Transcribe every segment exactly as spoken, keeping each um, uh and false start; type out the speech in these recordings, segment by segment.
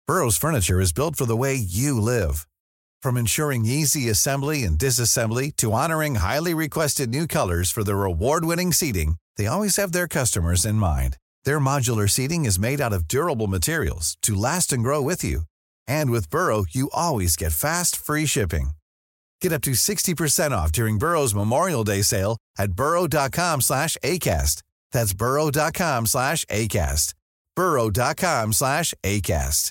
Burrow's furniture is built for the way you live. From ensuring easy assembly and disassembly to honoring highly requested new colors for their award-winning seating, they always have their customers in mind. Their modular seating is made out of durable materials to last and grow with you. And with Burrow, you always get fast, free shipping. Get up to sixty percent off during Burrow's Memorial Day sale at burrow.com slash ACAST. That's burrow.com slash ACAST. burrow.com slash ACAST.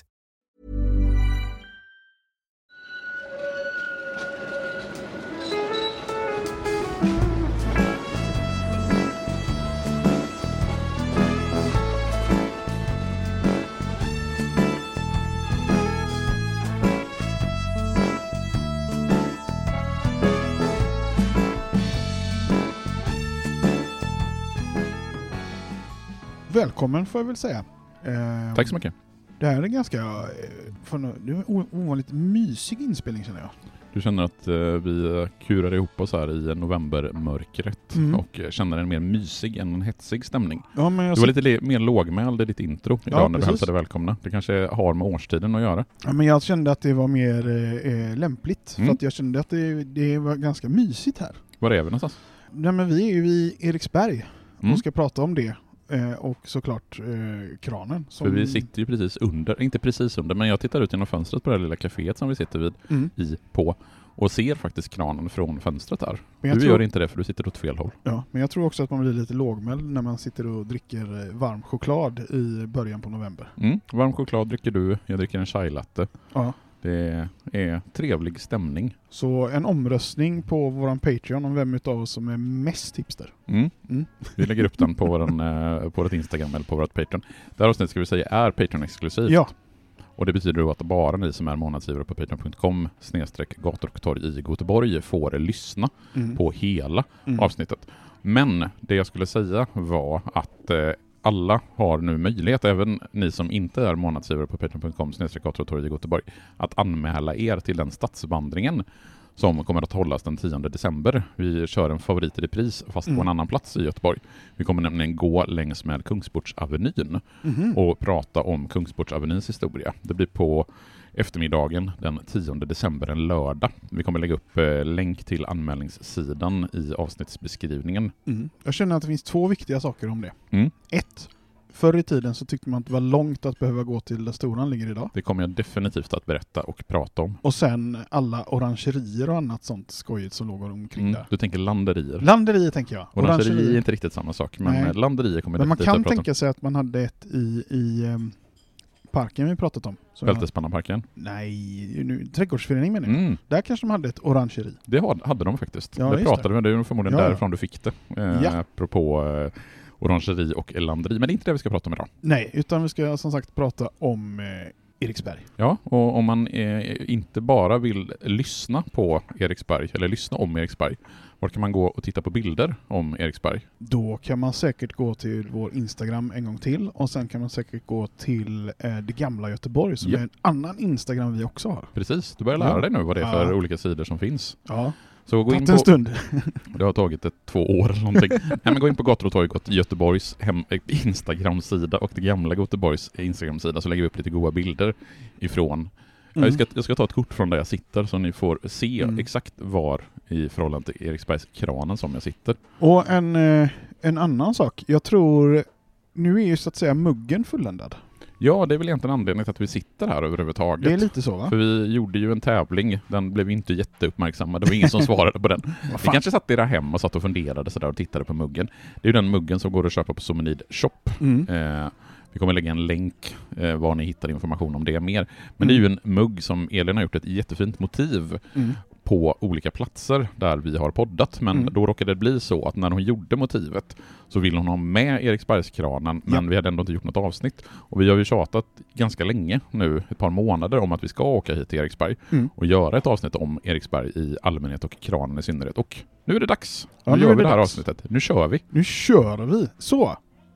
Välkommen får jag väl säga. Eh, Tack så mycket. Det här är en ganska eh, det är en ovanligt mysig inspelning känner jag. Du känner att eh, vi kurar ihop oss här i novembermörkret mm. och känner en mer mysig än en hetsig stämning. Ja, men jag du var lite le- mer lågmäld i ditt intro idag ja, när du hälsade välkomna. Det kanske har med årstiden att göra. Ja, men jag kände att det var mer eh, lämpligt mm. för att jag kände att det, det var ganska mysigt här. Var är vi någonstans? Nej, men vi är ju i Eriksberg mm. och ska prata om det. Eh, och såklart eh, kranen. Som... För vi sitter ju precis under, inte precis under, men jag tittar ut genom fönstret på det lilla kaféet som vi sitter vid mm. i på och ser faktiskt kranen från fönstret där. Du tror... gör inte det för du sitter åt fel håll. Ja, men jag tror också att man blir lite lågmäld när man sitter och dricker varm choklad i början på november. Mm. Varm choklad dricker du, jag dricker en chai latte. Ja. Det är trevlig stämning. Så en omröstning på våran Patreon om vem utav oss som är mest hipster. Mm. Mm. Vi lägger upp den på våran, på vårt Instagram eller på vårt Patreon. Det här avsnitt ska vi säga är Patreon-exklusivt. Ja. Och det betyder då att bara ni som är månadsgivare på patreon punkt com snedstreck gator och torg i Göteborg får lyssna mm. på hela mm. avsnittet. Men det jag skulle säga var att eh, alla har nu möjlighet, även ni som inte är månadsgivare på patreon punkt com snedstreck gator och torg i Göteborg, att anmäla er till den stadsvandringen som kommer att hållas den tionde december. Vi kör en favorit i repris fast mm. på en annan plats i Göteborg. Vi kommer nämligen gå längs med Kungsportsavenyn mm. och prata om Kungsportsavenyns historia. Det blir på eftermiddagen den tionde december, en lördag. Vi kommer lägga upp eh, länk till anmälningssidan i avsnittsbeskrivningen. Mm. Jag känner att det finns två viktiga saker om det. Mm. Ett, förr i tiden så tyckte man att det var långt att behöva gå till där Storan ligger idag. Det kommer jag definitivt att berätta och prata om. Och sen alla orangerier och annat sånt skojigt som låg omkring mm. där. Du tänker landerier? Landerier tänker jag. Orangerier, orangerier är inte riktigt samma sak, men Nej. landerier kommer men definitivt att prata om. Men man kan tänka sig att man hade ett i, i um, parken vi pratat om. Bältespannarparken? Nej, nu, trädgårdsförening menar jag. Mm. Där kanske de hade ett orangeri. Det hade de faktiskt. Ja, det pratade vi, det är ju förmodligen ja. därifrån du fick det. Eh, ja. Apropå eh, orangeri och landeri. Men det är inte det vi ska prata om idag. Nej, utan vi ska som sagt prata om eh, Eriksberg. Ja, och om man eh, inte bara vill lyssna på Eriksberg, eller lyssna om Eriksberg, var kan man gå och titta på bilder om Eriksberg? Då kan man säkert gå till vår Instagram en gång till, och sen kan man säkert gå till eh, det gamla Göteborg som ja. är en annan Instagram vi också har. Precis, du börjar lära ja. dig nu vad det är för ja. olika sidor som finns. Ja. Så gå in på, en stund. Det har tagit ett två år eller någonting. Nej, men gå in på Gator och torg, Göteborgs hem, Instagram-sida och det gamla Göteborgs Instagram-sida, så lägger vi upp lite goda bilder ifrån. Mm. Jag, ska, jag ska ta ett kort från där jag sitter så ni får se mm. exakt var i förhållande till Eriksbergskranen som jag sitter. Och en, en annan sak. Jag tror, nu är ju så att säga muggen fulländad. Ja, det är väl egentligen anledningen till att vi sitter här överhuvudtaget. Det är lite så, va? För vi gjorde ju en tävling, den blev inte jätteuppmärksammad. Det var ingen som svarade på den. Vi kanske satt i det hem och satt och funderade så där och tittade på muggen. Det är ju den muggen som går att köpa på Somenid Shop. Mm. Eh, vi kommer lägga en länk eh, var ni hittar information om det mer. Men mm. det är ju en mugg som Elin har gjort ett jättefint motiv mm. på olika platser där vi har poddat. Men mm. då råkade det bli så att när hon gjorde motivet så ville hon ha med Eriksbergskranen, men ja. vi hade ändå inte gjort något avsnitt. Och vi har ju tjatat ganska länge nu, ett par månader, om att vi ska åka hit till Eriksberg mm. och göra ett avsnitt om Eriksberg i allmänhet och kranen i synnerhet. Och nu är det dags. Nu, ja, nu gör vi det här dags. avsnittet. Nu kör vi. Nu kör vi. Så,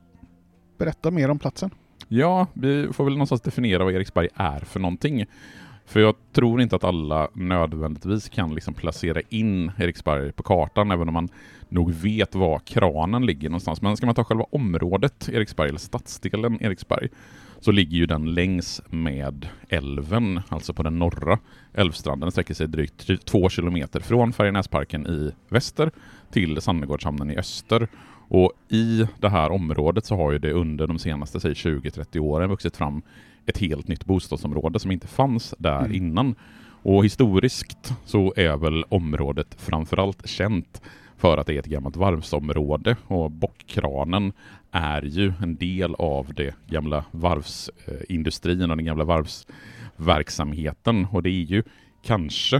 berätta mer om platsen. Ja, vi får väl någonstans definiera vad Eriksberg är för någonting. För jag tror inte att alla nödvändigtvis kan liksom placera in Eriksberg på kartan, även om man nog vet var kranen ligger någonstans. Men ska man ta själva området Eriksberg, eller stadsdelen Eriksberg, så ligger ju den längs med älven, alltså på den norra älvstranden. Den sträcker sig drygt två kilometer från Färjenäsparken i väster till Sannegårdshamnen i öster. Och i det här området så har ju det under de senaste säg, tjugo till trettio åren vuxit fram ett helt nytt bostadsområde som inte fanns där mm. innan. Och historiskt så är väl området framförallt känt för att det är ett gammalt varvsområde, och Bockkranen är ju en del av det gamla varvsindustrin och den gamla varvsverksamheten, och det är ju kanske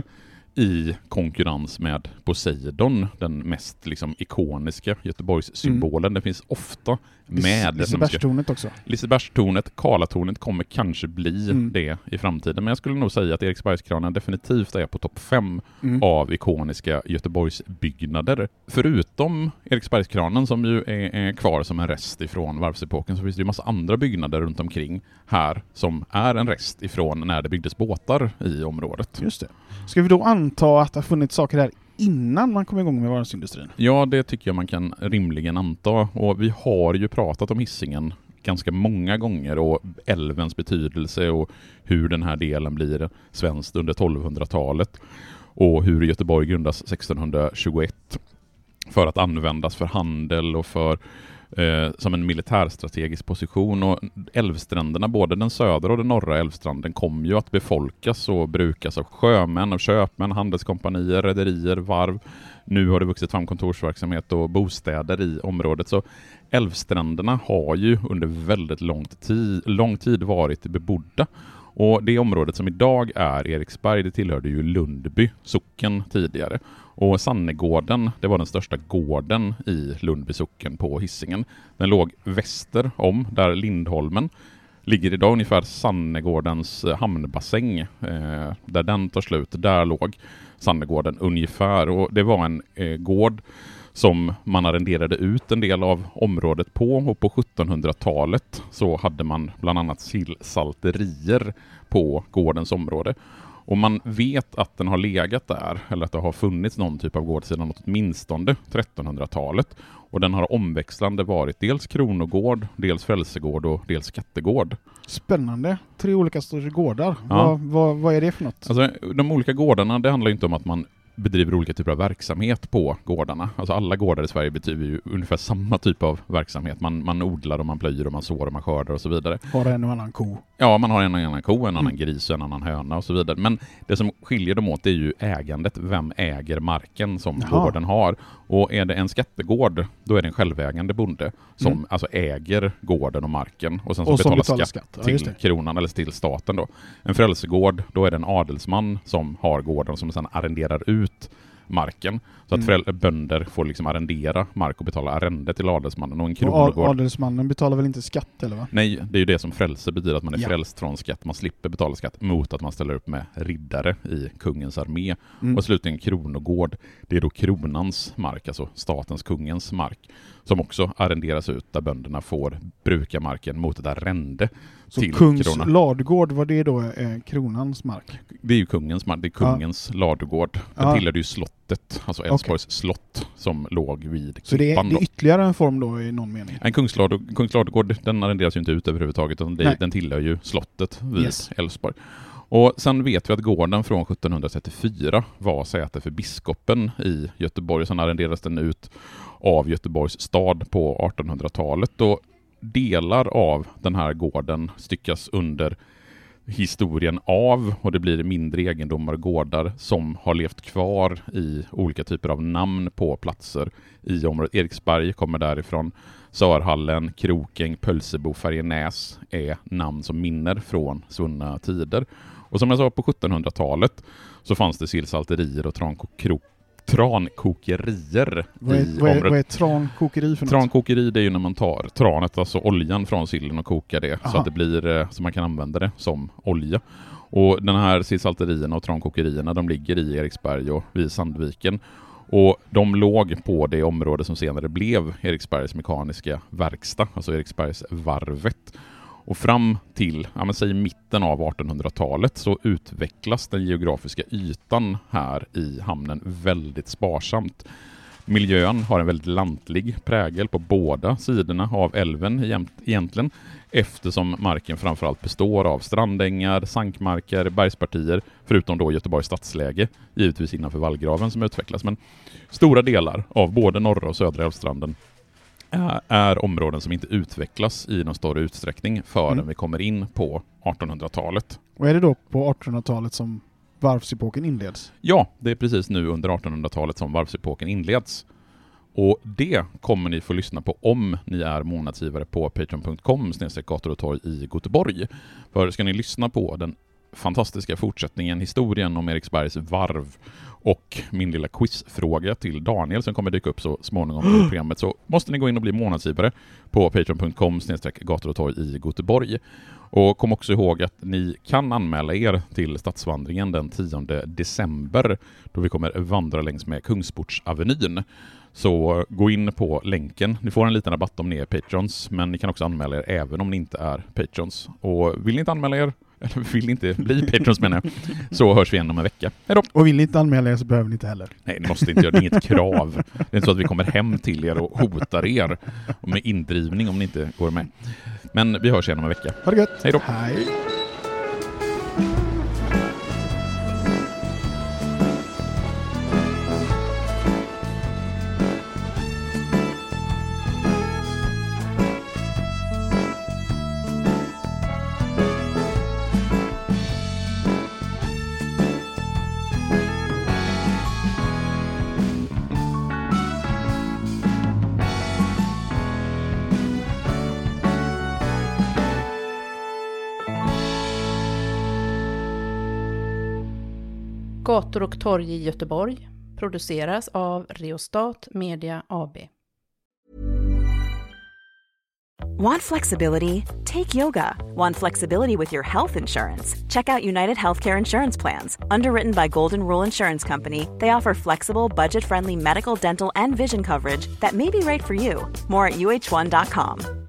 i konkurrens med Poseidon, den mest liksom ikoniska Göteborgssymbolen. Mm. Det finns ofta med... Lisebergstornet också. Lisebergstornet, Karlatornet kommer kanske bli mm. det i framtiden. Men jag skulle nog säga att Eriksbergskranen definitivt är på topp fem mm. av ikoniska Göteborgsbyggnader. Förutom Eriksbergskranen som ju är, är kvar som en rest ifrån varvsepoken, så finns det ju massa andra byggnader runt omkring här som är en rest ifrån när det byggdes båtar i området. Just det. Ska vi då anta att det har funnits saker här innan man kom igång med varvsindustrin? Ja, det tycker jag man kan rimligen anta. Och vi har ju pratat om Hisingen ganska många gånger och älvens betydelse och hur den här delen blir svenskt under tolvhundratalet och hur Göteborg grundas sextonhundratjugoett för att användas för handel och för Eh, som en militärstrategisk position. Och älvstränderna, både den södra och den norra älvstranden, kommer ju att befolkas och brukas av sjömän och köpmän, handelskompanier, rederier, varv. Nu har det vuxit fram kontorsverksamhet och bostäder i området. Så älvstränderna har ju under väldigt lång tid, lång tid varit bebodda. Och det området som idag är Eriksberg, det tillhörde ju Lundby socken tidigare. Och Sannegården, det var den största gården i Lundby socken på Hisingen. Den låg väster om, där Lindholmen ligger idag, ungefär Sannegårdens hamnbassäng. Eh, där den tar slut, där låg Sannegården ungefär. Och det var en eh, gård som man arrenderade ut en del av området på, och på sjuttonhundratalet så hade man bland annat sillsalterier på gårdens område. Och man vet att den har legat där, eller att det har funnits någon typ av gård sedan åtminstone trettonhundratalet. Och den har omväxlande varit dels kronogård, dels frälsegård och dels skattegård. Spännande. Tre olika sorters gårdar. Ja. Vad, vad, vad är det för något? Alltså, de olika gårdarna, det handlar inte om att man bedriver olika typer av verksamhet på gårdarna. Alltså alla gårdar i Sverige betyder ju ungefär samma typ av verksamhet. Man, man odlar och man plöjer och man sår och man skördar och så vidare. Har en och annan ko? Ja, man har en och annan ko, en annan mm. gris och en annan höna och så vidare. Men det som skiljer dem åt är ju ägandet. Vem äger marken som Jaha. gården har? Och är det en skattegård, då är det en självägande bonde som mm. alltså äger gården och marken. Och sen så och betalar, betalar skatt, skatt. till ja, kronan eller till staten då. En frälsegård, då är det en adelsman som har gården som sedan arrenderar ut marken. Så att mm. bönder får liksom arrendera mark och betala arrende till adelsmannen. Och en kronogård. Och adelsmannen betalar väl inte skatt, eller va? Nej, det är ju det som frälse betyder, att man är ja. frälst från skatt. Man slipper betala skatt mot att man ställer upp med riddare i kungens armé. Mm. Och slutligen kronogård, det är då kronans mark, alltså statens, kungens mark, som också arrenderas ut, där bönderna får bruka marken mot ett arrende. Så till kungs krona. ladugård, var det då eh, kronans mark? Det är ju kungens mark, det är kungens ja. ladugård. Den ja. tillhörde ju slottet, alltså Älvsborgs okay. slott som låg vid Så det är, klippan det är ytterligare en form då i någon mening? En kungslad, kungsladugård, den arrenderas ju inte ut överhuvudtaget, utan det, den tillhör ju slottet vid yes. Älvsborg. Och sen vet vi att gården från sjuttonhundratrettiofyra var säte för biskopen i Göteborg. Sen arrenderas den ut av Göteborgs stad på artonhundratalet. Och delar av den här gården styckas under historien av, och det blir mindre egendomar, gårdar som har levt kvar i olika typer av namn på platser i området. Eriksberg kommer därifrån. Sörhallen, Kroken, Pölsebo, Färjenäs är namn som minner från svunna tider. Och som jag sa, på sjuttonhundratalet så fanns det sillsalterier och trankrok trankokerier vad är, i vad är, området. Vad är trankokeri för något? Trankokeri, det är ju när man tar tranet, alltså oljan från sillen, och kokar det Aha. så att det blir, så man kan använda det som olja. Och den här sillsalterierna och trankokerierna, de ligger i Eriksberg och vid Sandviken. Och de låg på det område som senare blev Eriksbergs mekaniska verkstad, alltså Eriksbergs varvet. Och fram till, ja men säg mitten av artonhundratalet så utvecklas den geografiska ytan här i hamnen väldigt sparsamt. Miljön har en väldigt lantlig prägel på båda sidorna av älven egentligen, eftersom marken framförallt består av strandängar, sankmarker, bergspartier, förutom då Göteborgs stadsläge, givetvis innanför vallgraven som utvecklas. Men stora delar av både norra och södra älvstranden är, är områden som inte utvecklas i någon större utsträckning förrän mm. vi kommer in på artonhundratalet. Och är det då på artonhundratalet som varvsepoken inleds? Ja, det är precis nu under artonhundratalet som varvsepoken inleds. Och det kommer ni få lyssna på om ni är månadsgivare på patreon punkt com snedstreck gator och torg i Göteborg. För ska ni lyssna på den fantastiska fortsättningen, historien om Eriksbergs varv och min lilla quizfråga till Daniel som kommer dyka upp så småningom i programmet, så måste ni gå in och bli månadsgivare på patreon punkt com snedstreck gator och torg i Göteborg. Och kom också ihåg att ni kan anmäla er till stadsvandringen den tionde december då vi kommer vandra längs med Kungsportsavenyn. Så gå in på länken. Ni får en liten rabatt om ni är patrons, men ni kan också anmäla er även om ni inte är patrons. Och vill ni inte anmäla er, eller vill ni inte bli patrons menar jag, så hörs vi igen om en vecka. Hej då! Och vill ni inte anmäla er så behöver ni inte heller. Nej, ni måste inte göra det. Det är inget krav. Det är inte så att vi kommer hem till er och hotar er med indrivning om ni inte går med. Men vi hörs igen om en vecka. Ha det gött! Hej då! Hej! Gator och torg i Göteborg produceras av Reostat Media A B. Want flexibility? Take yoga. Want flexibility with your health insurance? Check out United Healthcare Insurance Plans. Underwritten by Golden Rule Insurance Company, they offer flexible, budget-friendly medical, dental, and vision coverage that may be right for you. More at U H one dot com.